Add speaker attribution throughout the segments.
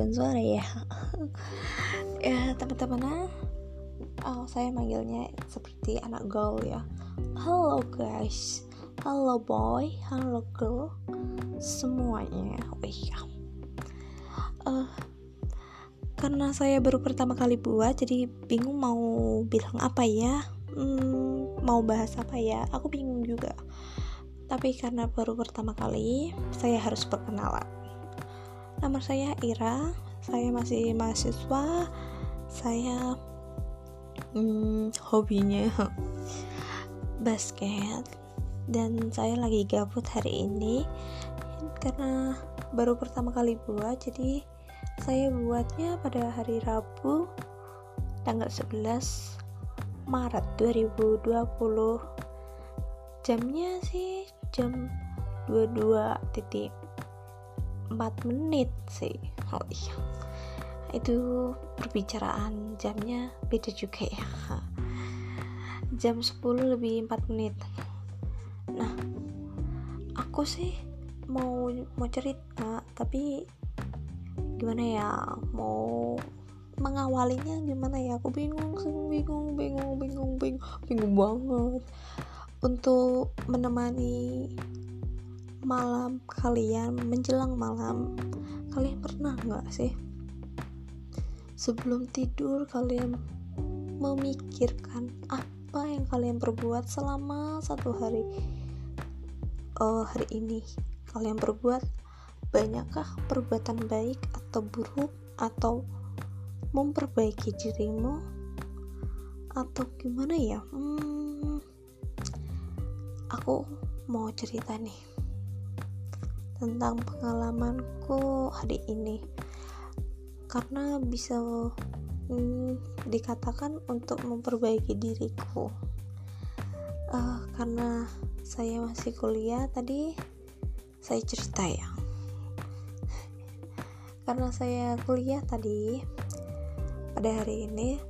Speaker 1: paduan suara ya. Ya teman-teman, saya manggilnya seperti anak gaul ya. Halo guys, halo boy, halo girl, semuanya. Karena saya baru pertama kali buat, jadi bingung mau bilang apa ya, mau bahas apa ya. Aku bingung juga. Tapi karena baru pertama kali, saya harus perkenalan. Nama saya Ira, saya masih mahasiswa, saya hobinya basket, dan saya lagi gabut hari ini karena baru pertama kali buat, jadi saya buatnya pada hari Rabu tanggal 11 Maret 2020. Jamnya sih jam 22.4 menit sih. Oh iya, itu perbicaraan jamnya beda juga ya. Jam 10 lebih 4 menit. Nah, aku sih mau cerita, tapi gimana ya, mau mengawalinya gimana ya, aku bingung banget untuk menemani malam kalian, menjelang malam. Kalian pernah gak sih sebelum tidur kalian memikirkan apa yang kalian perbuat selama satu hari? Hari ini kalian berbuat banyakkah perbuatan baik atau buruk, atau memperbaiki dirimu, atau gimana ya? Aku mau cerita nih tentang pengalamanku hari ini, karena bisa dikatakan untuk memperbaiki diriku. Karena saya masih kuliah, tadi saya cerita ya, karena saya kuliah tadi pada hari ini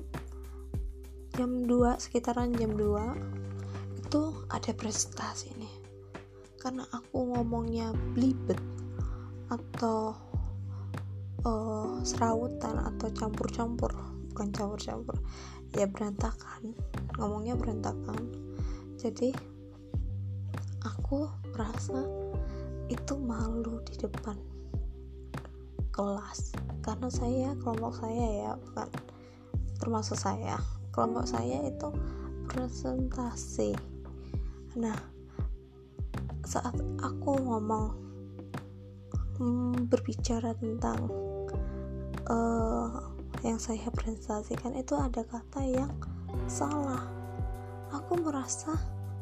Speaker 1: jam 2, sekitaran jam 2 itu ada presentasi nih. Karena aku ngomongnya blibet atau serawutan atau bukan campur ya, berantakan, ngomongnya berantakan. Jadi aku merasa itu malu di depan kelas, karena kelompok saya itu presentasi. Nah, saat aku ngomong berbicara tentang yang saya presentasikan, itu ada kata yang salah. Aku merasa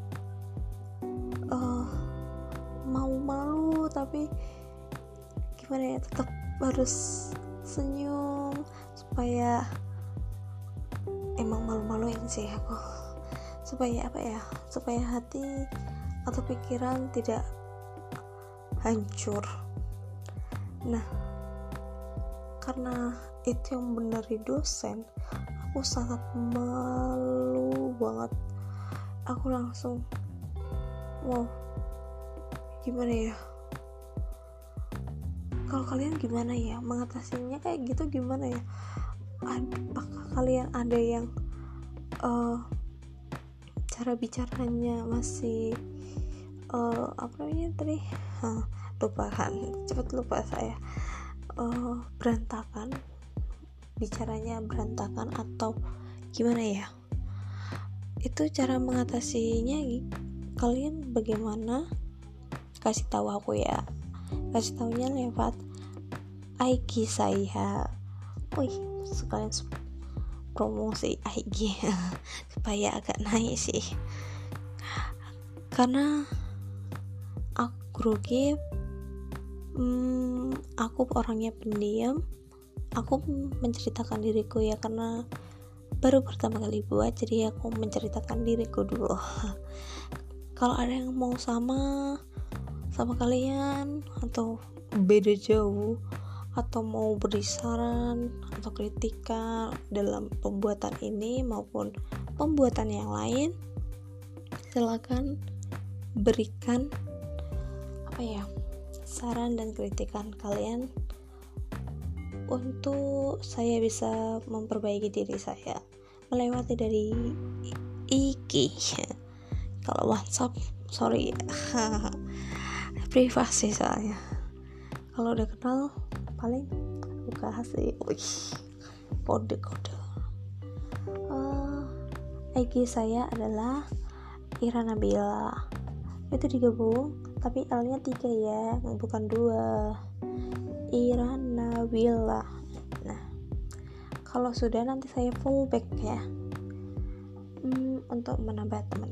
Speaker 1: malu, tapi gimana ya, tetap harus senyum supaya, emang malu-maluin sih aku, supaya hati atau pikiran tidak hancur. Nah, karena itu yang benari dosen, aku sangat malu banget. Aku langsung gimana ya, kalau kalian gimana ya mengatasinya kayak gitu, gimana ya? Apakah kalian ada yang cara bicaranya masih lupa saya, berantakan, bicaranya berantakan, atau gimana ya? Itu cara mengatasinya kalian bagaimana? Kasih tahu aku ya, kasih taunya lewat IG saya. Sekalian promosi IG supaya agak naik sih, karena aku grogi. Aku orangnya pendiam. Aku menceritakan diriku ya, karena baru pertama kali buat, jadi aku menceritakan diriku dulu. Kalau ada yang mau sama kalian, atau beda jauh, atau mau beri saran atau kritikan dalam pembuatan ini maupun pembuatan yang lain, silakan berikan saran dan kritikan kalian untuk saya bisa memperbaiki diri saya melewati dari IG. Kalau WhatsApp sorry privasi soalnya. Kalau udah kenal paling buka kasih kode IG saya adalah Ira Nabila. Itu digabung tapi L-nya 3 ya, bukan 2. Ira Nabila. Nah, kalau sudah nanti saya full back ya. Untuk menambah teman.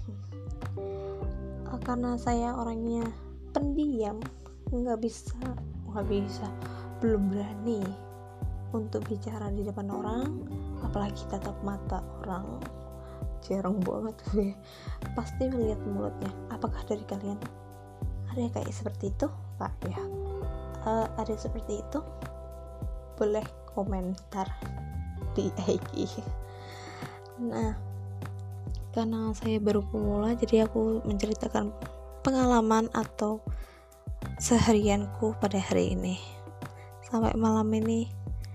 Speaker 1: Karena saya orangnya pendiam, nggak bisa, belum berani untuk bicara di depan orang, apalagi tatap mata orang. Jarang banget gue pasti melihat mulutnya. Apakah dari kalian ada yang kayak seperti itu, Pak? Ya, ada seperti itu? Boleh komentar di IG. Nah, karena saya baru pemula, jadi aku menceritakan pengalaman atau seharianku pada hari ini sampai malam ini.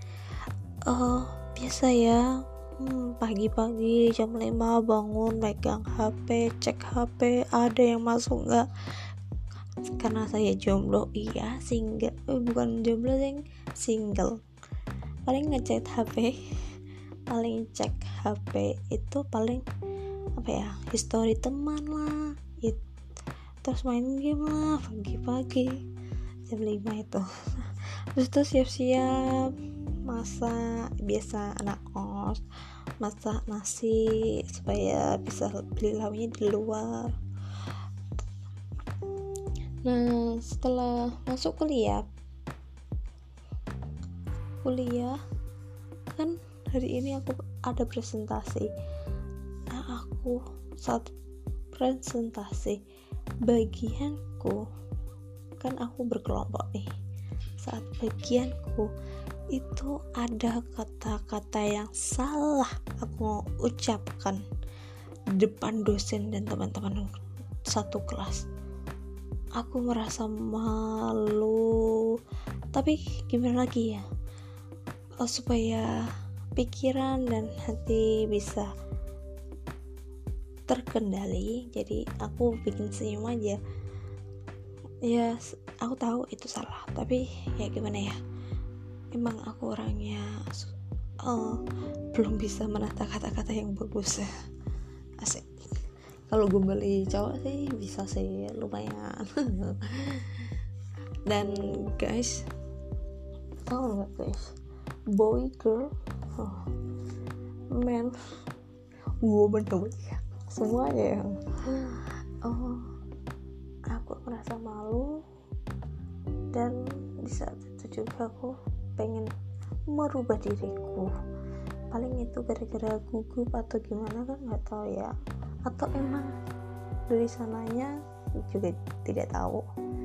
Speaker 1: Biasa ya, pagi-pagi jam 5 bangun, megang HP, cek HP ada yang masuk nggak. Karena saya jomblo, iya single, bukan jomblo yang single, paling ngecek HP, paling cek HP itu paling history teman lah, terus main game lah pagi-pagi jam 5 itu. Terus itu siap-siap masak, biasa anak kos masak nasi supaya bisa beli lauknya di luar. Nah, setelah masuk kuliah kan hari ini aku ada presentasi. Nah, aku saat presentasi bagianku kan aku berkelompok nih. Saat bagianku itu ada kata-kata yang salah aku ucapkan di depan dosen dan teman-teman satu kelas. Aku merasa malu, tapi gimana lagi ya, supaya pikiran dan hati bisa terkendali, jadi aku bikin senyum aja. Ya, aku tahu itu salah, tapi ya gimana ya, emang aku orangnya belum bisa menata kata-kata yang bagus ya. Asik. Kalau gue beli cowok sih bisa sih, lumayan. Dan guys, tahu nggak guys, boy, girl, man, woman, semuanya yang aku merasa malu, dan di saat itu juga aku pengen merubah diriku. Paling itu gara-gara gugup atau gimana kan nggak tahu ya, atau emang dari sananya juga tidak tahu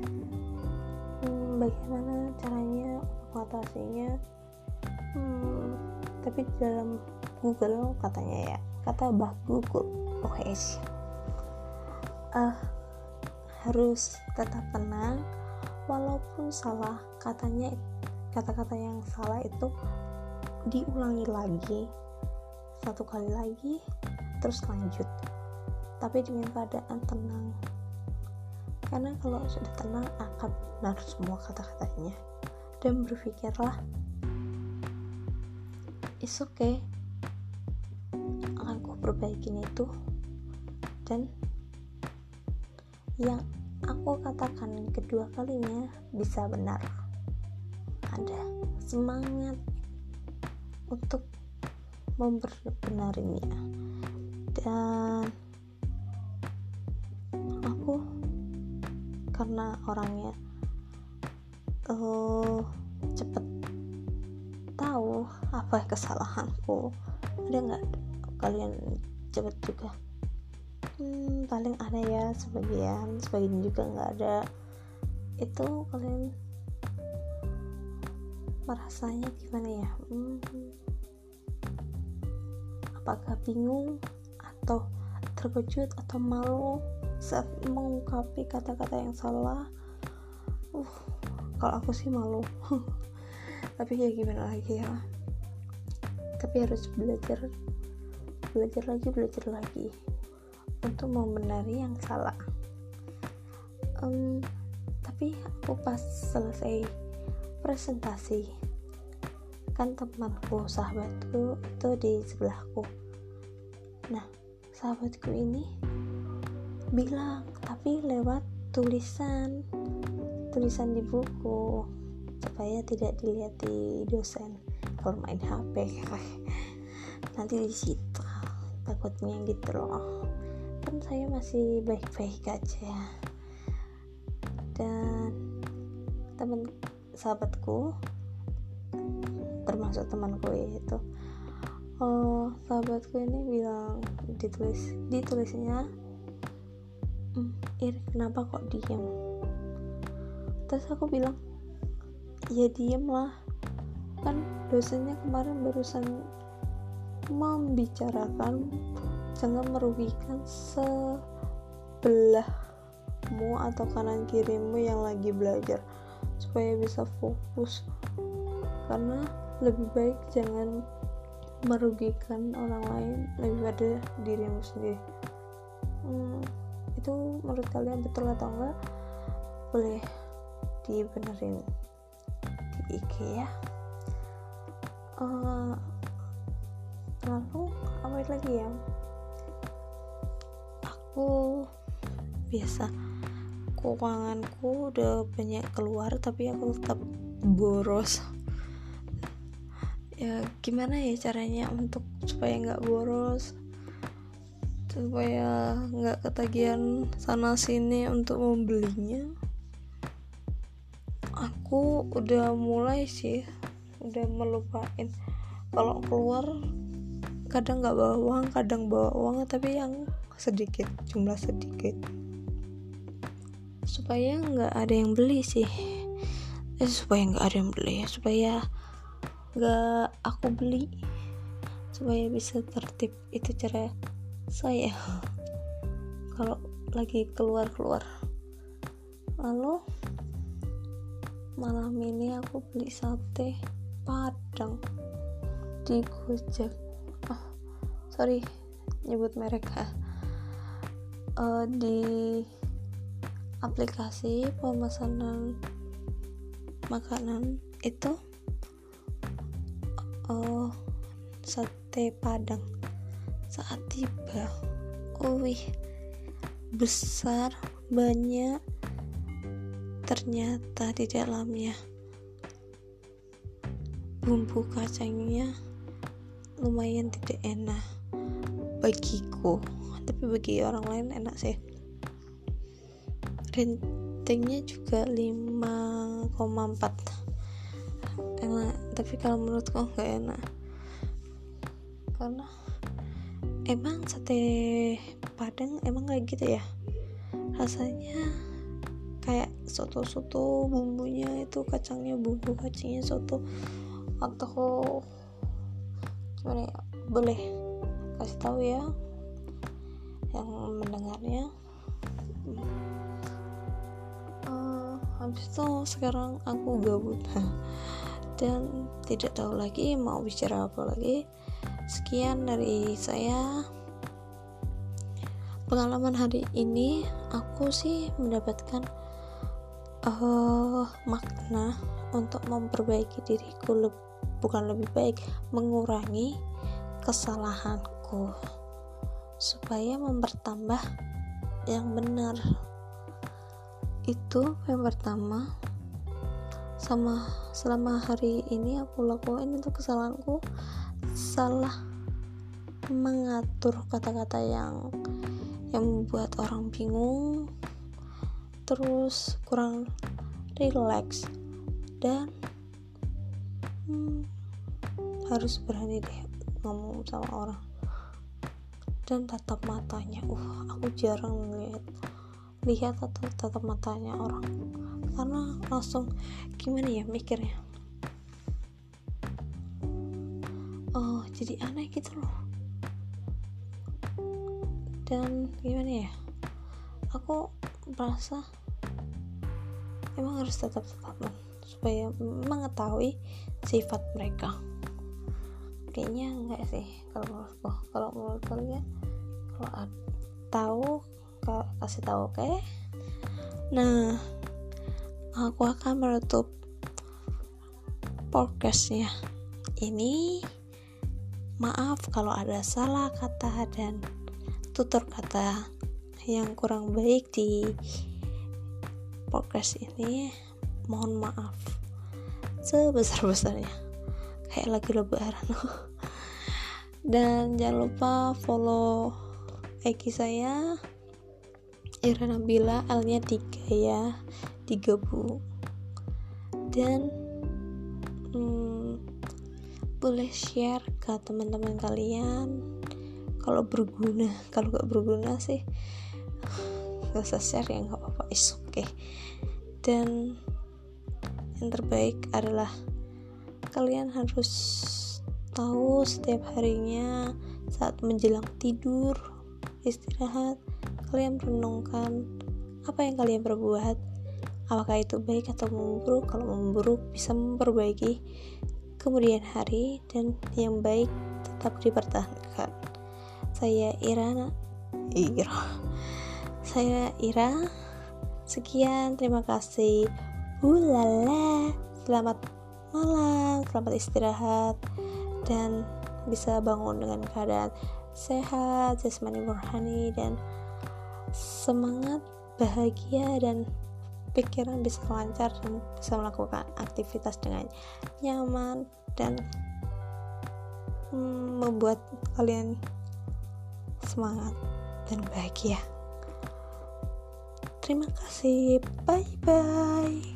Speaker 1: bagaimana caranya mengatasinya. Tapi dalam Google katanya ya, kata bah Google harus tetap tenang walaupun salah. Katanya kata-kata yang salah itu diulangi lagi, satu kali lagi, terus lanjut, tapi dengan keadaan tenang. Karena kalau sudah tenang akan benar semua kata-katanya. Dan berpikirlah, it's okay, akan ku perbaikin itu. Dan yang aku katakan kedua kalinya bisa benar. Ada semangat untuk membenarinya. Dan aku karena orangnya cepet tahu apa kesalahanku. Ada nggak kalian cepet juga? Paling ada ya, sebagian juga nggak ada. Itu kalian merasanya gimana ya? Apakah bingung atau terkejut atau malu saat mengungkapi kata-kata yang salah? Kalau aku sih malu. Tapi ya gimana lagi ya, tapi harus belajar lagi untuk membenari yang salah. Tapi aku pas selesai presentasi, kan temanku, sahabatku itu di sebelahku. Nah, sahabatku ini bilang, tapi lewat tulisan di buku supaya tidak dilihat di dosen kalau main HP. Nanti disita, takutnya gitu loh. Kan saya masih baik-baik aja. Dan sahabatku, termasuk temanku itu, sahabatku ini bilang, ditulisnya, Ir, kenapa kok diam? Terus aku bilang, ya diem lah, kan dosennya kemarin barusan membicarakan jangan merugikan sebelahmu atau kanan kirimu yang lagi belajar, supaya bisa fokus, karena lebih baik jangan merugikan orang lain lebih pada dirimu sendiri. Itu menurut kalian betul atau enggak? Boleh dibenerin di IG ya. Lalu apa lagi ya, aku biasa keuanganku udah banyak keluar tapi aku tetap boros. Ya gimana ya caranya untuk supaya nggak boros, supaya nggak ketagihan sana sini untuk membelinya. Aku udah mulai sih, udah melupain kalau keluar, kadang nggak bawa uang, kadang bawa uang tapi yang sedikit, jumlah sedikit, supaya nggak ada yang beli sih. Supaya nggak ada yang beli, supaya nggak aku beli, supaya bisa tertib. Itu cara saya kalau lagi keluar. Lalu malam ini aku beli sate Padang di Gojek. Sorry nyebut merek di aplikasi pemesanan makanan itu, sate Padang. Saat tiba, besar, banyak, ternyata di dalamnya bumbu kacangnya lumayan tidak enak bagiku, tapi bagi orang lain enak sih. Ratingnya juga 5,4, enak, tapi kalau menurutku nggak enak, karena emang sate Padang emang kayak gitu ya, rasanya kayak soto bumbunya itu bumbu kacangnya soto, atau gimana ya, boleh kasih tahu ya yang mendengarnya. Habis itu sekarang aku gabut dan tidak tahu lagi mau bicara apa lagi. Sekian dari saya. Pengalaman hari ini aku sih mendapatkan makna untuk memperbaiki diriku, bukan lebih baik, mengurangi kesalahanku supaya mempertambah yang benar. Itu yang pertama. Selama hari ini aku lakuin itu kesalahanku, salah mengatur kata-kata yang membuat orang bingung, terus kurang rileks, dan harus berani deh ngomong sama orang. Dan tatap matanya, aku jarang lihat atau tatap matanya orang, karena langsung gimana ya mikirnya, jadi aneh gitu loh. Dan gimana ya, aku merasa emang harus tetap supaya mengetahui sifat mereka. Kayaknya enggak sih kalau menurutku. Kalau menurut kalian, kalau tahu kasih tahu, oke? Nah, aku akan menutup podcastnya ini. Maaf kalau ada salah kata dan tutur kata yang kurang baik di podcast ini. Mohon maaf sebesar-besarnya, kayak lagi lebaran. Dan jangan lupa follow IG saya, Ira Nabila, L-nya 3 ya, 3 bu. Dan boleh share ke teman-teman kalian kalau berguna. Kalau gak berguna sih gak usah share ya, gak apa-apa, is okay. Dan yang terbaik adalah kalian harus tahu setiap harinya saat menjelang tidur, istirahat, kalian merenungkan apa yang kalian perbuat, apakah itu baik atau memburuk. Kalau memburuk bisa memperbaiki kemudian hari, dan yang baik tetap dipertahankan. Saya Ira. Sekian, terima kasih. Ulala, selamat malam, selamat istirahat, dan bisa bangun dengan keadaan sehat, jasmani rohani, dan semangat, bahagia, dan pikiran bisa lancar dan bisa melakukan aktivitas dengan nyaman dan membuat kalian semangat dan bahagia. Terima kasih, bye bye.